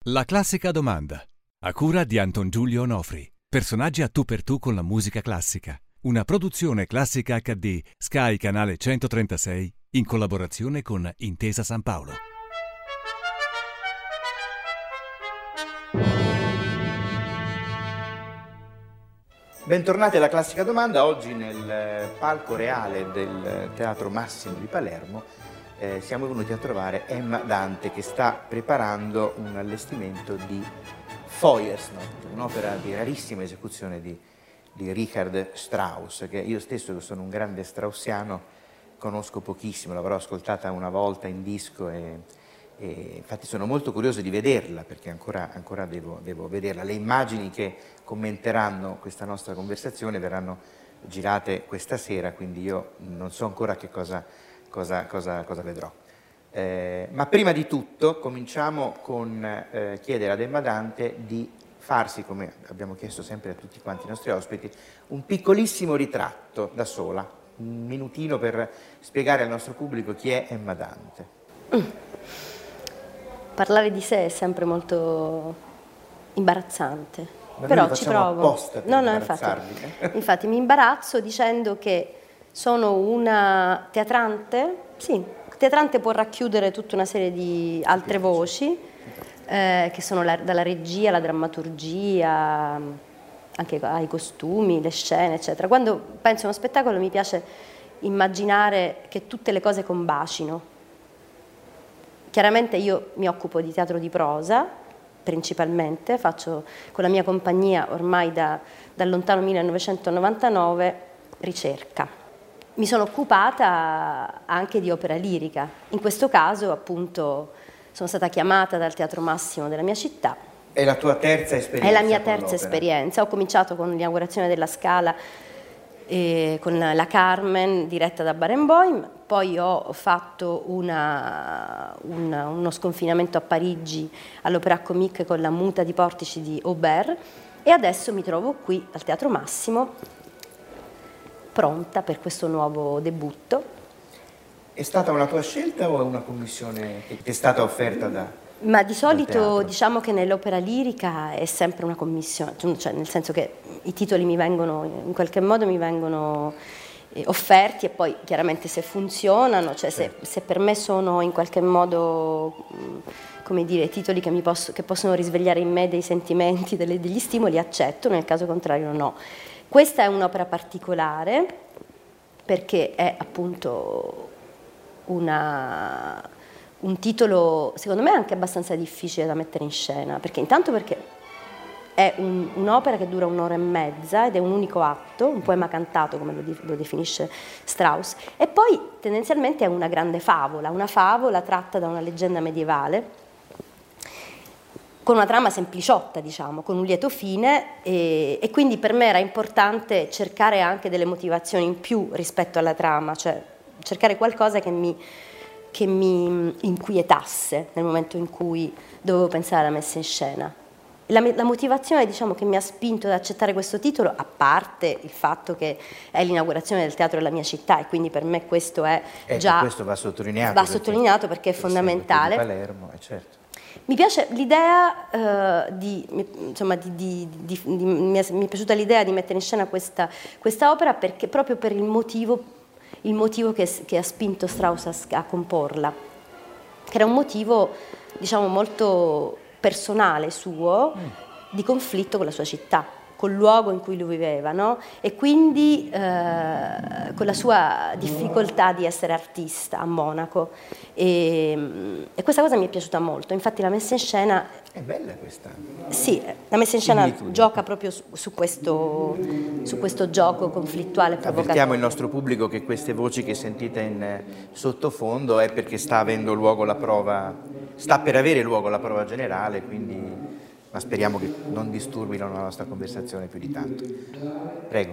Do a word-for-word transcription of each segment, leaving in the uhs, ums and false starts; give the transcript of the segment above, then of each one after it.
La classica domanda, a cura di Anton Giulio Onofri. Personaggi a tu per tu con la musica classica. Una produzione Classica acca di, Sky Canale centotrentasei, in collaborazione con Intesa San Paolo. Bentornati alla Classica Domanda. Oggi nel palco reale del Teatro Massimo di Palermo eh, siamo venuti a trovare Emma Dante, che sta preparando un allestimento di Feuersnot, un'opera di rarissima esecuzione di, di Richard Strauss, che io stesso, che sono un grande straussiano, conosco pochissimo, l'avrò ascoltata una volta in disco e, e infatti sono molto curioso di vederla, perché ancora, ancora devo, devo vederla. Le immagini che commenteranno questa nostra conversazione verranno girate questa sera, quindi io non so ancora che cosa, cosa, cosa, cosa vedrò. Eh, ma prima di tutto cominciamo con eh, chiedere ad Emma Dante di farsi, come abbiamo chiesto sempre a tutti quanti i nostri ospiti, un piccolissimo ritratto da sola, un minutino per spiegare al nostro pubblico chi è Emma Dante. Mm. Parlare di sé è sempre molto imbarazzante, Ma però noi ci facciamo provo. apposta per no, no, imbarazzarvi. infatti, infatti mi imbarazzo dicendo che sono una teatrante, sì, teatrante può racchiudere tutta una serie di altre voci, eh, che sono la, dalla regia alla drammaturgia, anche ai costumi, le scene, eccetera. Quando penso a uno spettacolo mi piace immaginare che tutte le cose combacino. Chiaramente io mi occupo di teatro di prosa, principalmente, faccio con la mia compagnia ormai da, dal lontano millenovecentonovantanove ricerca. Mi sono occupata anche di opera lirica, in questo caso appunto sono stata chiamata dal Teatro Massimo della mia città. È la tua terza esperienza? È la mia con terza l'opera. esperienza, ho cominciato con l'inaugurazione della Scala eh, con la Carmen diretta da Barenboim, poi ho fatto una, una, uno sconfinamento a Parigi all'Opéra Comique con la Muta di Portici di Aubert e adesso mi trovo qui al Teatro Massimo pronta per questo nuovo debutto. È stata una tua scelta o è una commissione che ti è stata offerta da Ma di solito diciamo che nell'opera lirica è sempre una commissione, cioè nel senso che i titoli mi vengono, in qualche modo mi vengono eh, offerti e poi chiaramente se funzionano, cioè se, se per me sono in qualche modo, come dire, titoli che, mi posso, che possono risvegliare in me dei sentimenti, delle, degli stimoli, accetto, nel caso contrario no. Questa è un'opera particolare perché è appunto una, un titolo, secondo me, anche abbastanza difficile da mettere in scena, perché intanto perché è un, un'opera che dura un'ora e mezza ed è un unico atto, un poema cantato come lo, di, lo definisce Strauss, e poi tendenzialmente è una grande favola, una favola tratta da una leggenda medievale, con una trama sempliciotta, diciamo, con un lieto fine e, e quindi per me era importante cercare anche delle motivazioni in più rispetto alla trama, cioè cercare qualcosa che mi, che mi inquietasse nel momento in cui dovevo pensare alla messa in scena. La, la motivazione, diciamo, che mi ha spinto ad accettare questo titolo, a parte il fatto che è l'inaugurazione del teatro della mia città e quindi per me questo è ecco, già questo va sottolineato, va perché, sottolineato perché è fondamentale. Di Palermo, è certo. Mi piace l'idea, uh, di, insomma, di, di, di, di, mi, è, mi è piaciuta l'idea di mettere in scena questa, questa opera perché, proprio per il motivo, il motivo che, che ha spinto Strauss a, a comporla, che era un motivo, diciamo, molto personale suo, mm. di conflitto con la sua città, col luogo in cui lui viveva, no? E quindi eh, con la sua difficoltà di essere artista a Monaco e, e questa cosa mi è piaciuta molto, infatti la messa in scena è bella questa, sì, la messa in scena gioca proprio su, su, questo, su questo gioco conflittuale provocatorio. Avvertiamo il nostro pubblico che queste voci che sentite in sottofondo è perché sta avendo luogo la prova, sta per avere luogo la prova generale, quindi ma speriamo che non disturbino la nostra conversazione più di tanto. Prego.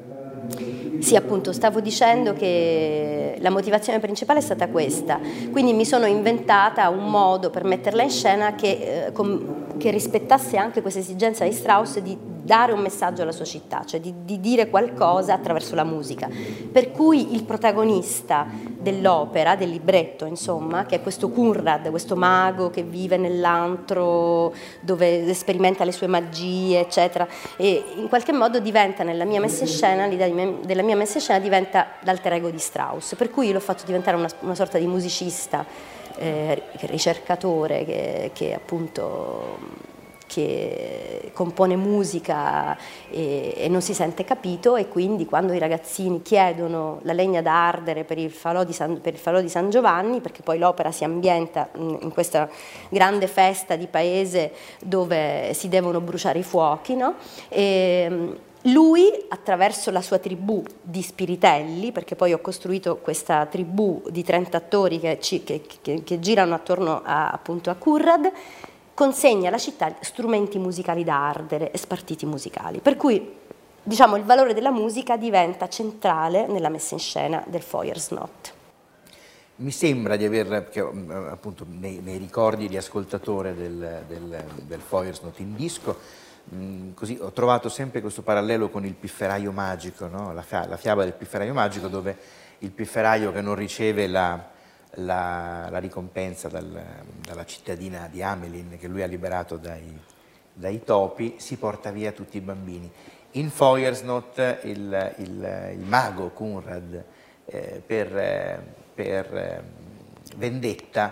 Sì, appunto, stavo dicendo che la motivazione principale è stata questa, quindi mi sono inventata un modo per metterla in scena che, eh, com- che rispettasse anche questa esigenza di Strauss di, dare un messaggio alla sua città, cioè di, di dire qualcosa attraverso la musica. Per cui il protagonista dell'opera, del libretto, insomma, che è questo Conrad, questo mago che vive nell'antro, dove sperimenta le sue magie, eccetera, e in qualche modo diventa nella mia messa in scena, l'idea della mia messa in scena diventa l'alter ego di Strauss, per cui l'ho fatto diventare una, una sorta di musicista, eh, ricercatore, che, che appunto che compone musica e, e non si sente capito, e quindi quando i ragazzini chiedono la legna da ardere per il falò di San, per il falò di San Giovanni, perché poi l'opera si ambienta in questa grande festa di paese dove si devono bruciare i fuochi, no? E, lui, attraverso la sua tribù di spiritelli, perché poi ho costruito questa tribù di trenta attori che, ci, che, che, che girano attorno a, appunto a Conrad, consegna alla città strumenti musicali da ardere e spartiti musicali. Per cui, diciamo, il valore della musica diventa centrale nella messa in scena del Feuersnot. Mi sembra di aver, perché appunto nei, nei ricordi di ascoltatore del, del, del Feuersnot in disco, mh, così ho trovato sempre questo parallelo con il pifferaio magico, no? la, fia, la fiaba del pifferaio magico, dove il pifferaio che non riceve la La, la ricompensa dal, dalla cittadina di Hamelin, che lui ha liberato dai, dai topi, si porta via tutti i bambini. In Feuersnot il, il, il mago Conrad, eh, per, eh, per eh, vendetta,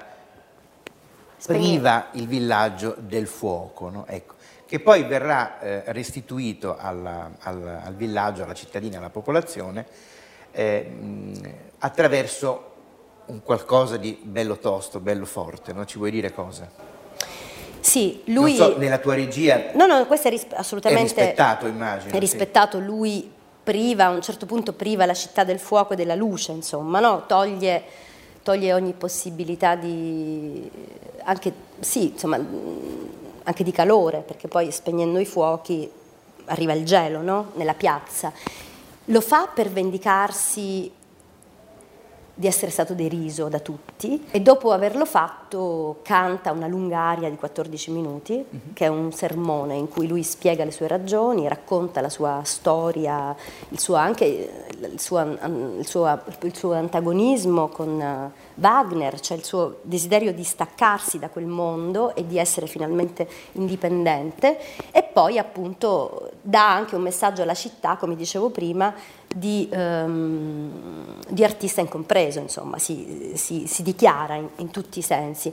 priva il villaggio del fuoco, no? Ecco, che poi verrà eh, restituito alla, al, al villaggio, alla cittadina, alla popolazione, eh, mh, attraverso un qualcosa di bello tosto, bello forte, no? Ci vuoi dire cosa? Sì, lui... Non so, nella tua regia... No, no, questo è ris- assolutamente... È rispettato, immagino. È rispettato, sì. Lui priva, a un certo punto priva la città del fuoco e della luce, insomma, no? Toglie, toglie ogni possibilità di... anche, sì, insomma, anche di calore, perché poi spegnendo i fuochi arriva il gelo, no? Nella piazza. Lo fa per vendicarsi di essere stato deriso da tutti, e dopo averlo fatto canta una lunga aria di quattordici minuti, uh-huh. che è un sermone in cui lui spiega le sue ragioni, racconta la sua storia, il suo, anche il suo, il suo, il suo antagonismo con Wagner, cioè il suo desiderio di staccarsi da quel mondo e di essere finalmente indipendente, e poi appunto dà anche un messaggio alla città, come dicevo prima, Di, um, di artista incompreso, insomma, si, si, si dichiara in, in tutti i sensi,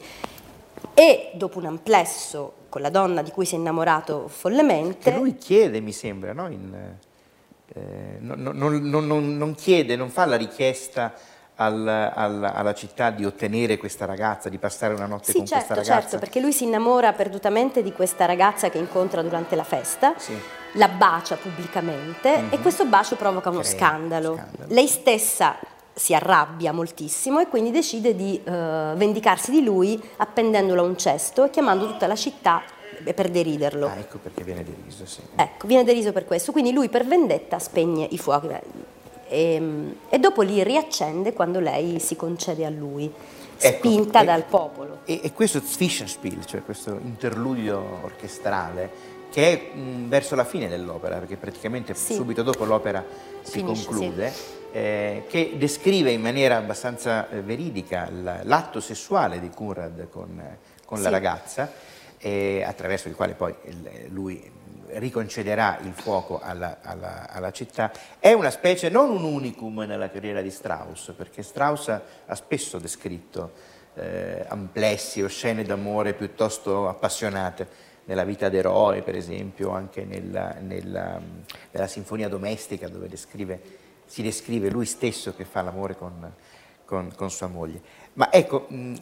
e dopo un amplesso con la donna di cui si è innamorato follemente... Che lui chiede, mi sembra, no? In, eh, non, non, non, non chiede, non fa la richiesta al, al, alla città di ottenere questa ragazza, di passare una notte sì, con certo, questa ragazza. Certo, perché lui si innamora perdutamente di questa ragazza che incontra durante la festa, sì. La bacia pubblicamente, mm-hmm. e questo bacio provoca uno scandalo. scandalo. Lei stessa si arrabbia moltissimo e quindi decide di uh, vendicarsi di lui appendendolo a un cesto e chiamando tutta la città per deriderlo. Ah, ecco perché viene deriso, sì. Ecco, viene deriso per questo, quindi lui per vendetta spegne i fuochi e, e dopo li riaccende quando lei si concede a lui, spinta ecco, dal e, popolo. E, e questo Zwischenspiel, cioè questo interludio orchestrale, che è mh, verso la fine dell'opera, perché praticamente sì. subito dopo l'opera si Finisce, conclude, sì. eh, che descrive in maniera abbastanza eh, veridica l'atto sessuale di Conrad con, con sì. la ragazza, eh, attraverso il quale poi il, lui riconcederà il fuoco alla, alla, alla città. È una specie, non un unicum nella carriera di Strauss, perché Strauss ha, ha spesso descritto eh, amplessi o scene d'amore piuttosto appassionate, nella vita d'eroe, per esempio, anche nella, nella, nella Sinfonia domestica, dove descrive, si descrive lui stesso che fa l'amore con, con, con sua moglie. Ma ecco, mh,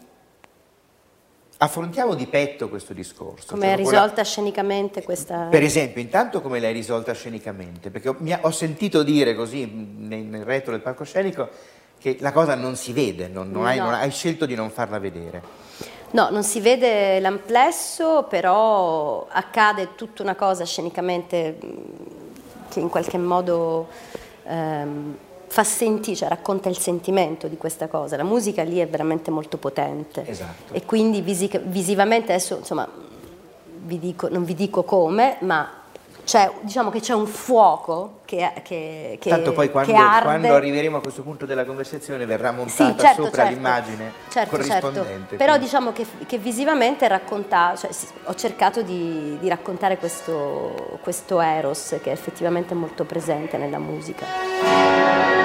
affrontiamo di petto questo discorso. Come cioè, è risolta quella, scenicamente questa... Per esempio, intanto come l'hai risolta scenicamente? Perché ho, mi ha, ho sentito dire così, nel, nel retro del palcoscenico, che la cosa non si vede, non, non, no. hai, non hai scelto di non farla vedere. No, non si vede l'amplesso, però accade tutta una cosa scenicamente che in qualche modo ehm, fa sentire, cioè racconta il sentimento di questa cosa. La musica lì è veramente molto potente. Esatto. E quindi visi- visivamente adesso, insomma, vi dico, non vi dico come, ma Cioè, diciamo che c'è un fuoco che, che, che Tanto poi quando, che arde. quando arriveremo a questo punto della conversazione verrà montata sì, certo, sopra certo, l'immagine certo, corrispondente. Certo. Però diciamo che, che visivamente racconta, cioè, ho cercato di, di raccontare questo, questo eros che è effettivamente molto presente nella musica.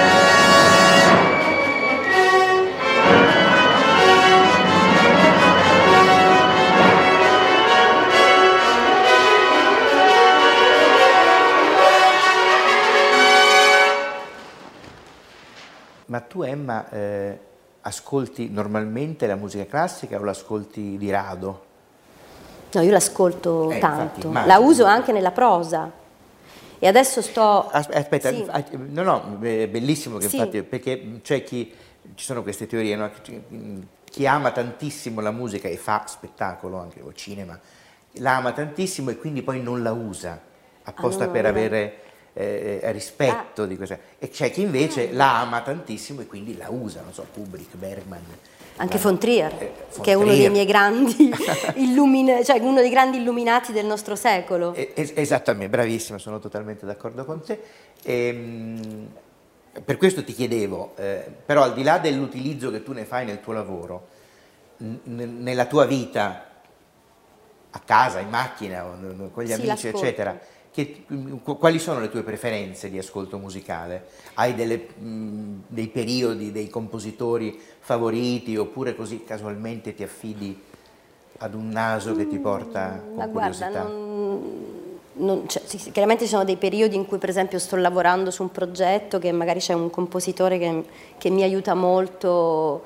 Ma tu, Emma, eh, ascolti normalmente la musica classica o l'ascolti di rado? No, io l'ascolto eh, tanto, infatti, la uso anche nella prosa. E adesso sto... Aspetta, sì. no, no, è bellissimo che sì. infatti, perché c'è chi, ci sono queste teorie, no? Chi ama tantissimo la musica e fa spettacolo anche, o cinema, la ama tantissimo e quindi poi non la usa, apposta ah, no, per no. avere... Eh, rispetto ah. di questa, e c'è chi invece ah. la ama tantissimo e quindi la usa, non so, Kubrick, Bergman, anche von Trier, eh, von che è uno Trier. dei miei grandi illumina, cioè uno dei grandi illuminati del nostro secolo. Es esattamente, bravissima, sono totalmente d'accordo con te. E, mh, per questo ti chiedevo, eh, però al di là dell'utilizzo che tu ne fai nel tuo lavoro, nella tua vita a casa, in macchina, o con gli sì, amici, eccetera, Che, quali sono le tue preferenze di ascolto musicale? Hai delle, mh, dei periodi, dei compositori favoriti oppure così casualmente ti affidi ad un naso che ti porta con Ma curiosità? Guarda, non, non, cioè, sì, chiaramente ci sono dei periodi in cui per esempio sto lavorando su un progetto che magari c'è un compositore che, che mi aiuta molto,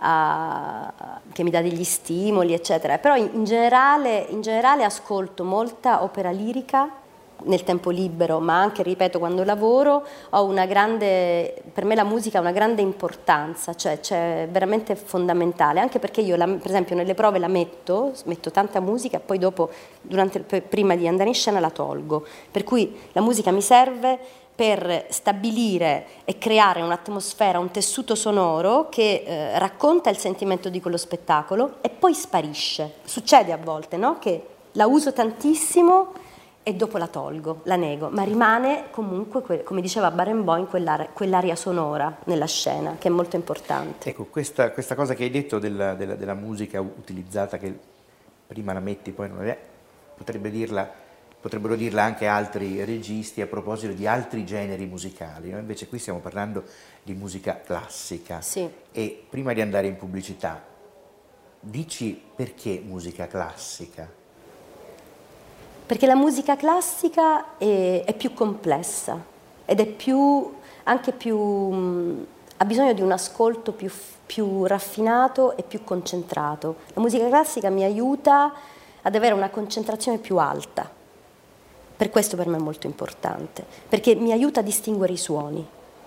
a, che mi dà degli stimoli, eccetera. Però in, in, generale, in generale ascolto molta opera lirica nel tempo libero, ma anche, ripeto, quando lavoro, ho una grande, per me la musica ha una grande importanza, cioè c'è veramente fondamentale, anche perché io, la, per esempio, nelle prove la metto, metto tanta musica e poi dopo, durante, prima di andare in scena la tolgo, per cui la musica mi serve per stabilire e creare un'atmosfera, un tessuto sonoro che eh, racconta il sentimento di quello spettacolo e poi sparisce. Succede a volte, no? Che la uso tantissimo e dopo la tolgo, la nego, ma rimane comunque, come diceva Barenboim, quell'aria, quell'aria sonora nella scena, che è molto importante. Ecco, questa, questa cosa che hai detto della, della, della musica utilizzata, che prima la metti, poi non è, potrebbe dirla, potrebbero dirla anche altri registi a proposito di altri generi musicali, no? Invece qui stiamo parlando di musica classica. Sì. E prima di andare in pubblicità, dici perché musica classica? Perché la musica classica è, è più complessa ed è più, anche più, mh, ha bisogno di un ascolto più, più raffinato e più concentrato. La musica classica mi aiuta ad avere una concentrazione più alta, per questo per me è molto importante, perché mi aiuta a distinguere i suoni.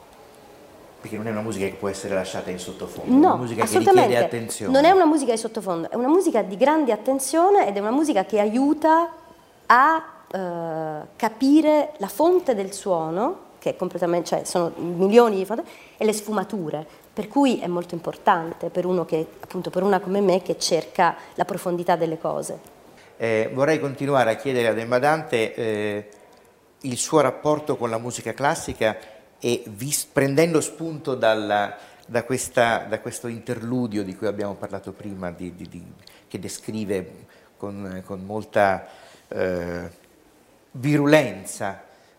Perché non è una musica che può essere lasciata in sottofondo, no, è una musica che richiede attenzione. Non è una musica di sottofondo, è una musica di grande attenzione ed è una musica che aiuta a eh, capire la fonte del suono, che è completamente, cioè sono milioni di fonti, e le sfumature, per cui è molto importante per uno che, appunto per una come me, che cerca la profondità delle cose. Eh, vorrei continuare a chiedere ad Emma Dante eh, il suo rapporto con la musica classica e vis- prendendo spunto dalla, da, questa, da questo interludio di cui abbiamo parlato prima, di, di, di, che descrive con, con molta Eh, virulenza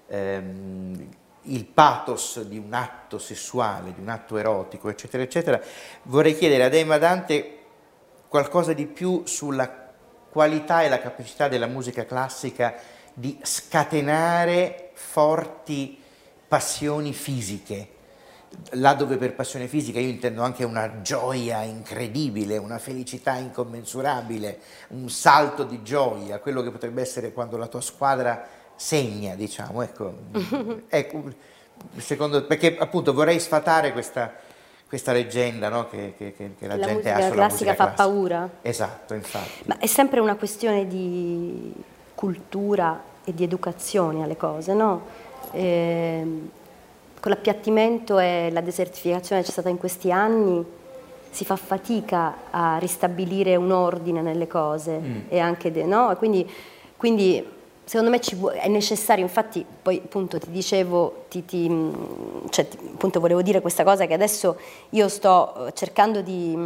ehm, il pathos di un atto sessuale, di un atto erotico, eccetera, eccetera, vorrei chiedere ad Emma Dante qualcosa di più sulla qualità e la capacità della musica classica di scatenare forti passioni fisiche. Là dove per passione fisica io intendo anche una gioia incredibile, una felicità incommensurabile, un salto di gioia, quello che potrebbe essere quando la tua squadra segna, diciamo, ecco, ecco secondo, perché appunto vorrei sfatare questa, questa leggenda, no? che, che, che la, la gente ha sulla musica classica. fa classica. paura. Esatto, infatti. Ma è sempre una questione di cultura e di educazione alle cose, no? Eh, con l'appiattimento e la desertificazione che c'è stata in questi anni si fa fatica a ristabilire un ordine nelle cose mm. e anche de, no? quindi, quindi secondo me ci vuole, è necessario, infatti poi appunto ti dicevo, ti, ti, cioè, ti, appunto volevo dire questa cosa che adesso io sto cercando di,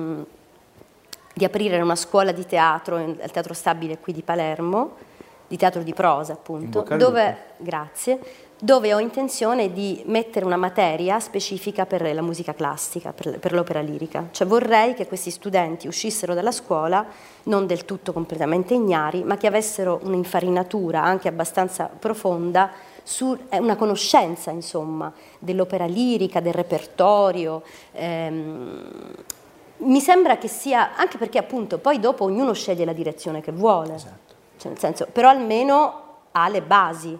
di aprire una scuola di teatro, al Teatro Stabile qui di Palermo, di teatro di prosa appunto, dove, grazie, dove ho intenzione di mettere una materia specifica per la musica classica, per, per l'opera lirica. Cioè vorrei che questi studenti uscissero dalla scuola non del tutto completamente ignari, ma che avessero un'infarinatura anche abbastanza profonda, su una conoscenza insomma dell'opera lirica, del repertorio. Ehm, mi sembra che sia, anche perché appunto poi dopo ognuno sceglie la direzione che vuole, esatto. Cioè, nel senso, però almeno ha le basi.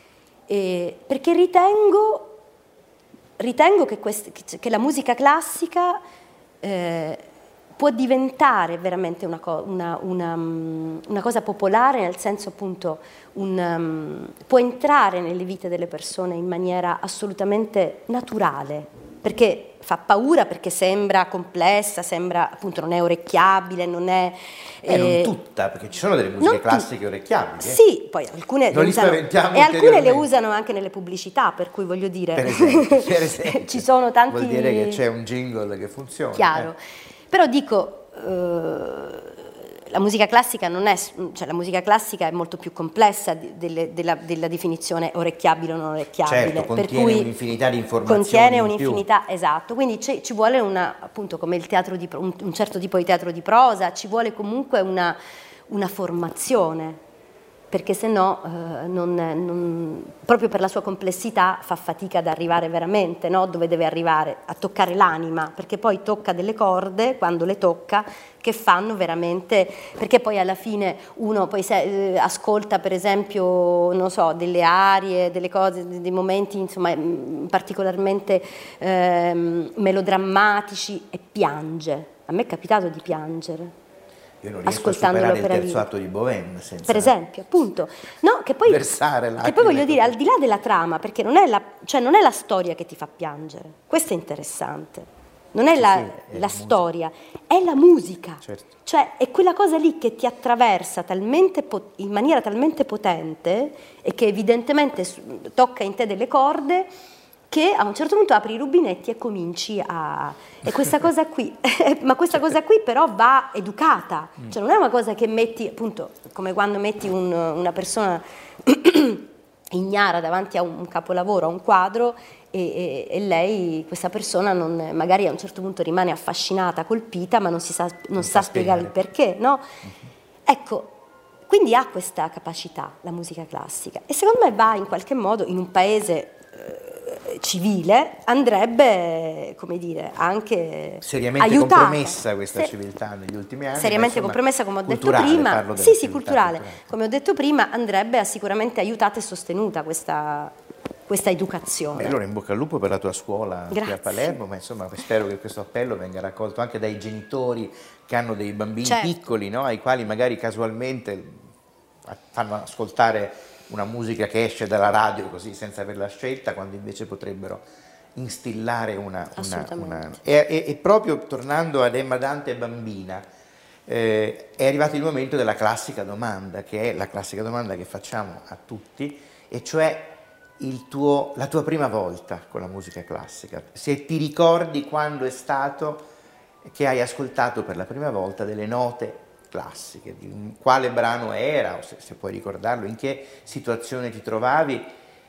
Eh, perché ritengo, ritengo che, quest, che la musica classica eh, può diventare veramente una, co, una, una, una cosa popolare, nel senso appunto un, um, può entrare nelle vite delle persone in maniera assolutamente naturale, perché fa paura, perché sembra complessa, sembra appunto non è orecchiabile, non è... Eh, eh, non tutta, perché ci sono delle musiche classiche orecchiabili. Eh? Sì, poi alcune non le usano, e alcune le usano anche nelle pubblicità, per cui voglio dire... Per esempio, per esempio ci sono tanti... Vuol dire che c'è un jingle che funziona. Chiaro. Eh. Però dico... Uh, la musica classica non è, cioè la musica classica è molto più complessa di, delle, della, della definizione orecchiabile o non orecchiabile. Certo, contiene per cui un'infinità di informazioni. Contiene in un'infinità, più. Esatto. Quindi ci, ci vuole una, appunto, come il teatro di un, un certo tipo di teatro di prosa, ci vuole comunque una, una formazione. Perché se no, eh, non, non, proprio per la sua complessità, fa fatica ad arrivare veramente, no? Dove deve arrivare, a toccare l'anima, perché poi tocca delle corde, quando le tocca, che fanno veramente, perché poi alla fine uno poi se, eh, ascolta per esempio, non so, delle arie, delle cose, dei momenti insomma particolarmente eh, melodrammatici e piange. A me è capitato di piangere. Io non riesco a superare il terzo atto di Bohème senza per esempio, appunto, no, che poi, versare che poi voglio dire, al di là della trama, perché non è la, cioè non è la storia che ti fa piangere, questo è interessante, non è sì, la, sì, è la storia, è la musica, certo. Cioè è quella cosa lì che ti attraversa talmente in maniera talmente potente e che evidentemente tocca in te delle corde, che a un certo punto apri i rubinetti e cominci a... E questa cosa qui, ma questa cosa qui però va educata, cioè non è una cosa che metti, appunto, come quando metti un, una persona ignara davanti a un capolavoro, a un quadro, e, e, e lei, questa persona, non, magari a un certo punto rimane affascinata, colpita, ma non si sa, non non sa spiegare il perché, no? Ecco, quindi ha questa capacità, la musica classica, e secondo me va in qualche modo in un paese... civile, andrebbe, come dire, anche seriamente aiutata. compromessa questa Se, civiltà negli ultimi anni. Seriamente insomma, compromessa, come ho detto prima. Sì, sì, culturale. culturale. Come ho detto prima, andrebbe sicuramente aiutata e sostenuta questa, questa educazione. E allora in bocca al lupo per la tua scuola qui a Palermo, ma insomma spero che questo appello venga raccolto anche dai genitori che hanno dei bambini certo. piccoli, no? Ai quali magari casualmente fanno ascoltare una musica che esce dalla radio così senza averla scelta, quando invece potrebbero instillare una... una, una... E, e, e proprio tornando ad Emma Dante bambina, eh, è arrivato il momento della classica domanda, che è la classica domanda che facciamo a tutti, e cioè il tuo, la tua prima volta con la musica classica. Se ti ricordi quando è stato che hai ascoltato per la prima volta delle note classiche, di quale brano era, o se, se puoi ricordarlo, in che situazione ti trovavi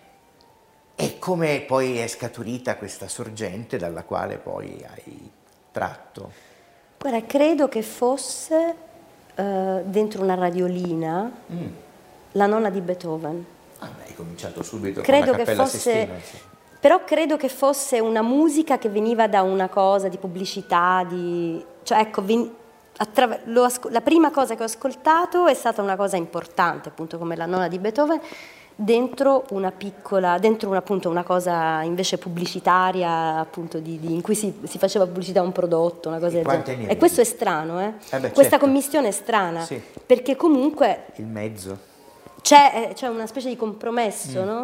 e come poi è scaturita questa sorgente dalla quale poi hai tratto. Guarda, credo che fosse uh, dentro una radiolina mm. La nona di Beethoven. Ah, beh, hai cominciato subito credo con la Cappella che fosse, Sistina. Sì. Però credo che fosse una musica che veniva da una cosa di pubblicità, di, cioè ecco, ven, Attraver- lo asco- la prima cosa che ho ascoltato è stata una cosa importante, appunto come la nona di Beethoven, dentro una piccola, dentro una, appunto una cosa invece pubblicitaria, appunto di, di, in cui si, si faceva pubblicità a un prodotto, una cosa del genere. E questo è strano, eh? eh beh, Questa certo. commistione è strana, sì. Perché comunque il mezzo c'è, c'è una specie di compromesso, mm. no?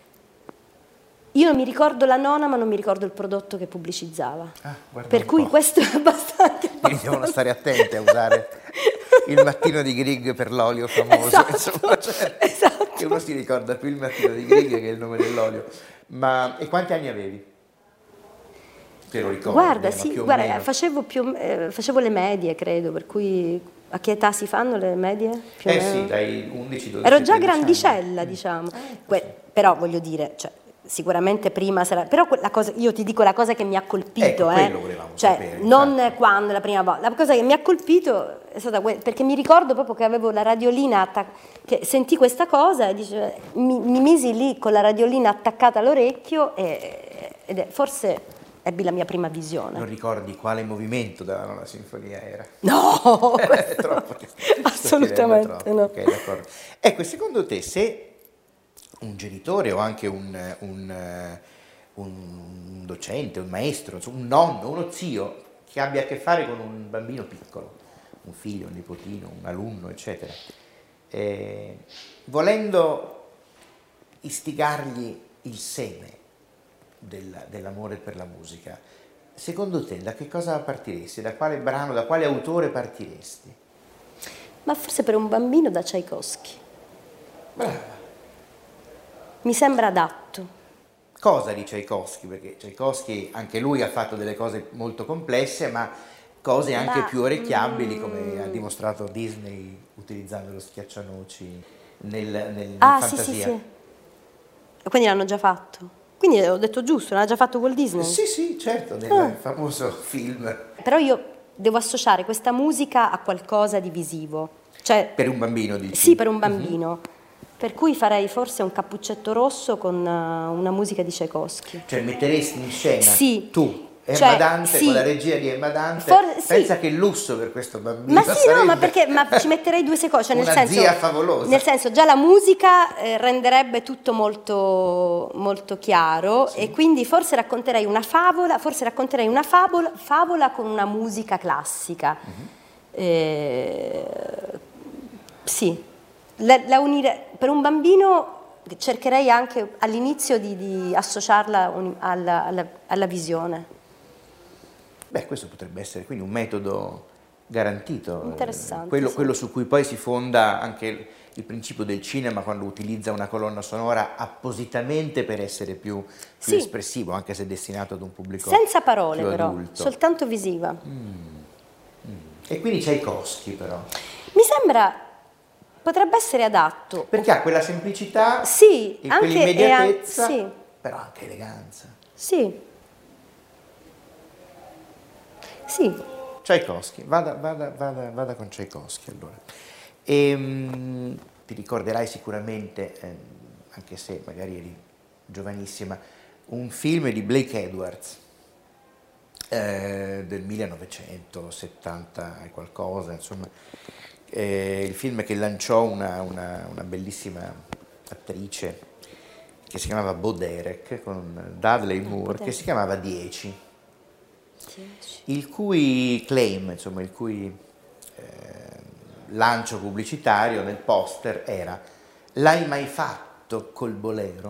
Io non mi ricordo la nona, ma non mi ricordo il prodotto che pubblicizzava. Ah, per cui po'. questo è abbastanza... Quindi devono stare attenti a usare il mattino di Grieg per l'olio famoso. Esatto, insomma, certo. esatto. che uno si ricorda più il Martino di Grieg che il nome dell'olio. Ma e quanti anni avevi? Te lo ricordi? Guarda, eh, sì, più o guarda, meno. facevo, più, eh, facevo le medie, credo, per cui a che età si fanno le medie? Più o Eh meno? sì, dai undici dodici Ero già tredici grandicella, anni. diciamo. Eh, Que- però voglio dire, cioè, sicuramente prima sarà... Però la cosa, io ti dico la cosa che mi ha colpito, Ecco, eh. quello volevamo Cioè, sapere, non infatti. quando la prima volta. La cosa che mi ha colpito è stata que- perché mi ricordo proprio che avevo la radiolina attaccata, che sentì questa cosa e dice, mi, mi misi lì con la radiolina attaccata all'orecchio e, ed è, forse ebbi la mia prima visione. Non ricordi quale movimento della nona sinfonia era? No, È troppo. assolutamente troppo. no. Ok, d'accordo. Ecco, secondo te se un genitore o anche un, un, un docente, un maestro, un nonno, uno zio che abbia a che fare con un bambino piccolo, un figlio, un nipotino, un alunno, eccetera, eh, volendo istigargli il seme del, dell'amore per la musica, secondo te da che cosa partiresti? Da quale brano, da quale autore partiresti? Ma forse per un bambino da Tchaikovsky. Brava. Mi sembra adatto. Cosa di Tchaikovsky? Perché Tchaikovsky anche lui ha fatto delle cose molto complesse, ma cose anche Ma, più orecchiabili, mm, come ha dimostrato Disney utilizzando lo schiaccianoci nel, nel, nel Ah, sì, fantasia. sì, sì. Quindi l'hanno già fatto. Quindi ho detto giusto, l'ha già fatto Walt Disney. Sì, sì, certo, nel Ah. famoso film. Però io devo associare questa musica a qualcosa di visivo. Cioè, Per un bambino, dici? sì, per un bambino. Per cui farei forse un cappuccetto rosso con uh, una musica di Tchaikovsky. Cioè metteresti in scena Sì. tu, Emma Cioè, Dante, sì. con la regia di Emma Dante, For- sì. pensa che lusso per questo bambino. Ma sì, sarebbe. no, ma perché ma ci metterei due secondi, cioè nel Una senso, zia favolosa. nel senso già la musica eh, renderebbe tutto molto, molto chiaro Sì. e quindi forse racconterei una favola, forse racconterei una favola, favola con una musica classica. Mhm. Eh, sì, la, la unire, per un bambino cercherei anche all'inizio di, di associarla un- alla, alla- alla visione. Beh, questo potrebbe essere quindi un metodo garantito. Interessante, eh, Quello, sì. quello su cui poi si fonda anche il principio del cinema quando utilizza una colonna sonora appositamente per essere più, più Sì. espressivo, anche se destinato ad un pubblico Senza parole più però, adulto. soltanto visiva. E quindi Tchaikovsky però, Mi sembra, potrebbe essere adatto. perché ha quella semplicità Sì, e anche quell'immediatezza, e an- sì. però anche eleganza. Sì. Sì. Tchaikovsky, vada, vada, vada, vada con Tchaikovsky allora. E, ti ricorderai sicuramente, eh, anche se magari eri giovanissima, un film di Blake Edwards eh, del millenovecentosettanta e qualcosa, insomma, eh, il film che lanciò una, una, una bellissima attrice che si chiamava Bo Derek con Dudley Moore, che si chiamava Dieci. Il cui claim, insomma, il cui eh, lancio pubblicitario nel poster era: l'hai mai fatto col bolero?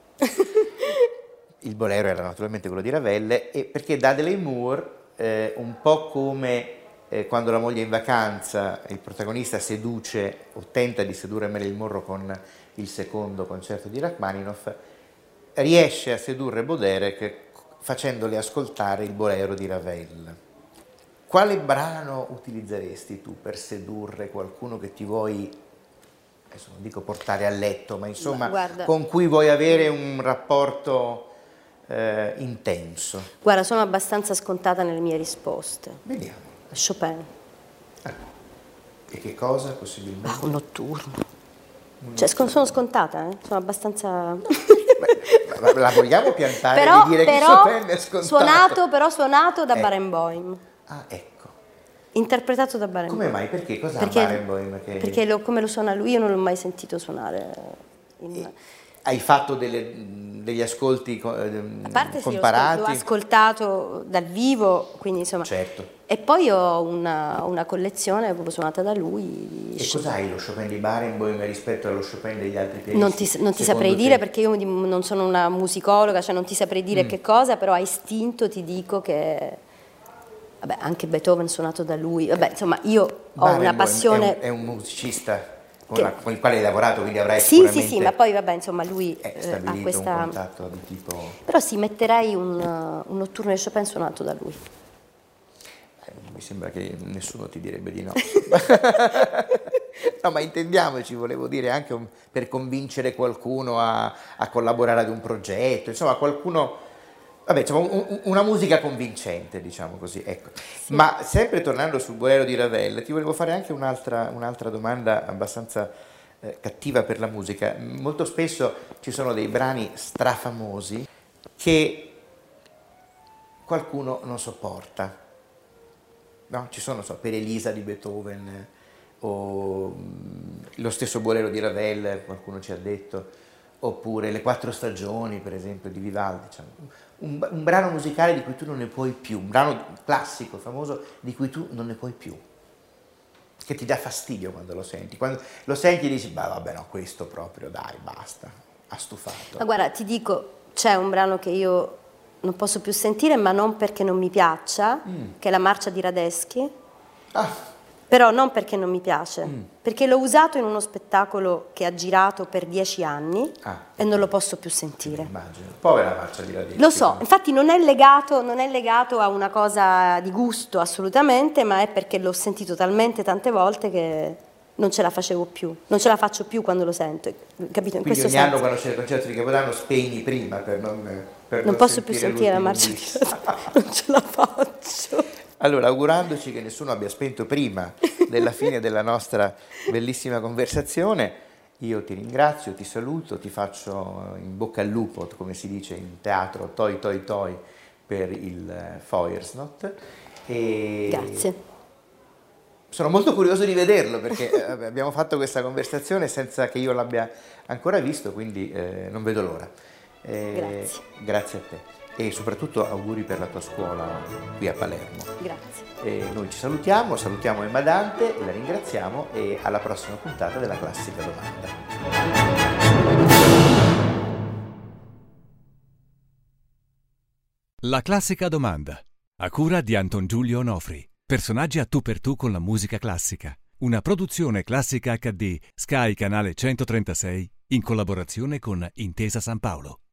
Il bolero era naturalmente quello di Ravel, e perché Dudley Moore, eh, un po' come eh, quando la moglie è in vacanza, il protagonista seduce o tenta di sedurre Marilyn Monroe con il secondo concerto di Rachmaninoff, riesce a sedurre Bo Derek facendole ascoltare il bolero di Ravel. Quale brano utilizzeresti tu per sedurre qualcuno che ti vuoi, adesso non dico portare a letto, ma insomma Ma guarda- con cui vuoi avere un rapporto eh, intenso? Guarda, sono abbastanza scontata nelle mie risposte. Vediamo. Chopin, E che cosa possibilmente? ah, un notturno. Cioè, scon- sono scontata, eh? Sono abbastanza... Beh, ma la vogliamo piantare però, di dire però che Chopin è scontato? suonato, però suonato da Eh. Barenboim. Ah, ecco. Interpretato da Barenboim. Come mai? Perché? Cos'ha Perché, Barenboim che... perché lo- come lo suona lui io non l'ho mai sentito suonare. In... Hai fatto delle, degli ascolti co- A parte sì, l'ho comparati? ascol- l'ho ascoltato dal vivo, quindi insomma... Certo. E poi ho una, una collezione proprio suonata da lui. di E Chopin. cos'hai lo Chopin di Barenboim rispetto allo Chopin degli altri pianisti? Non ti, non ti secondo saprei te? dire perché io di- non sono una musicologa, cioè non ti saprei dire Mm. che cosa, però a istinto ti dico che vabbè, anche Beethoven suonato da lui. Vabbè, insomma, io ho Barenboim una passione. È un, è un musicista con, la, con il quale hai lavorato, quindi avrai sì, sicuramente... Sì, sì, ma poi vabbè, insomma, lui è eh, ha questa... un contatto di tipo... Però sì, metterei un, un notturno di Chopin suonato da lui. Eh, mi sembra che nessuno ti direbbe di no. No, ma intendiamoci, volevo dire, anche un, per convincere qualcuno a, a collaborare ad un progetto, insomma, qualcuno... Vabbè, insomma, un, una musica convincente, diciamo così, ecco. Sì. Ma sempre tornando sul Bolero di Ravel, ti volevo fare anche un'altra, un'altra domanda abbastanza eh, cattiva per la musica. Molto spesso ci sono dei brani strafamosi che qualcuno non sopporta, no? Ci sono, so, per Elisa di Beethoven o mh, lo stesso Bolero di Ravel, qualcuno ci ha detto, oppure Le quattro stagioni, per esempio, di Vivaldi, diciamo. Un, un brano musicale di cui tu non ne puoi più, un brano classico, famoso, di cui tu non ne puoi più, che ti dà fastidio quando lo senti. Quando lo senti dici, bah, vabbè, no, questo proprio, dai, basta, ha stufato. Ma guarda, ti dico, c'è un brano che io non posso più sentire, ma non perché non mi piaccia, mm. che è la Marcia di Radetzky. Ah. Però non perché non mi piace, mm. perché l'ho usato in uno spettacolo che ha girato per dieci anni ah. e non lo posso più sentire. Immagino. Povera Marcia di Radetzky. Lo so, infatti non è legato, non è legato a una cosa di gusto assolutamente, ma è perché l'ho sentito talmente tante volte che non ce la facevo più, non ce la faccio più quando lo sento, capito? In Quindi questo ogni senso. Anno quando c'è il concerto di Capodanno spegni prima per non per Non non posso più sentire la Marcia di Radetzky, non ce la faccio. Allora, augurandoci che nessuno abbia spento prima della fine della nostra bellissima conversazione, io ti ringrazio, ti saluto, ti faccio in bocca al lupo, come si dice in teatro, toi toi toi, per il Feuersnot. E grazie. Sono molto curioso di vederlo perché abbiamo fatto questa conversazione senza che io l'abbia ancora visto, quindi eh, non vedo l'ora. Eh, grazie. Grazie a te. E soprattutto auguri per la tua scuola qui a Palermo. Grazie. E noi ci salutiamo, salutiamo Emma Dante, la ringraziamo e alla prossima puntata della Classica Domanda. La Classica Domanda, a cura di Anton Giulio Onofri. Personaggi a tu per tu con la musica classica. Una produzione Classica acca di Sky Canale centotrentasei in collaborazione con Intesa San Paolo.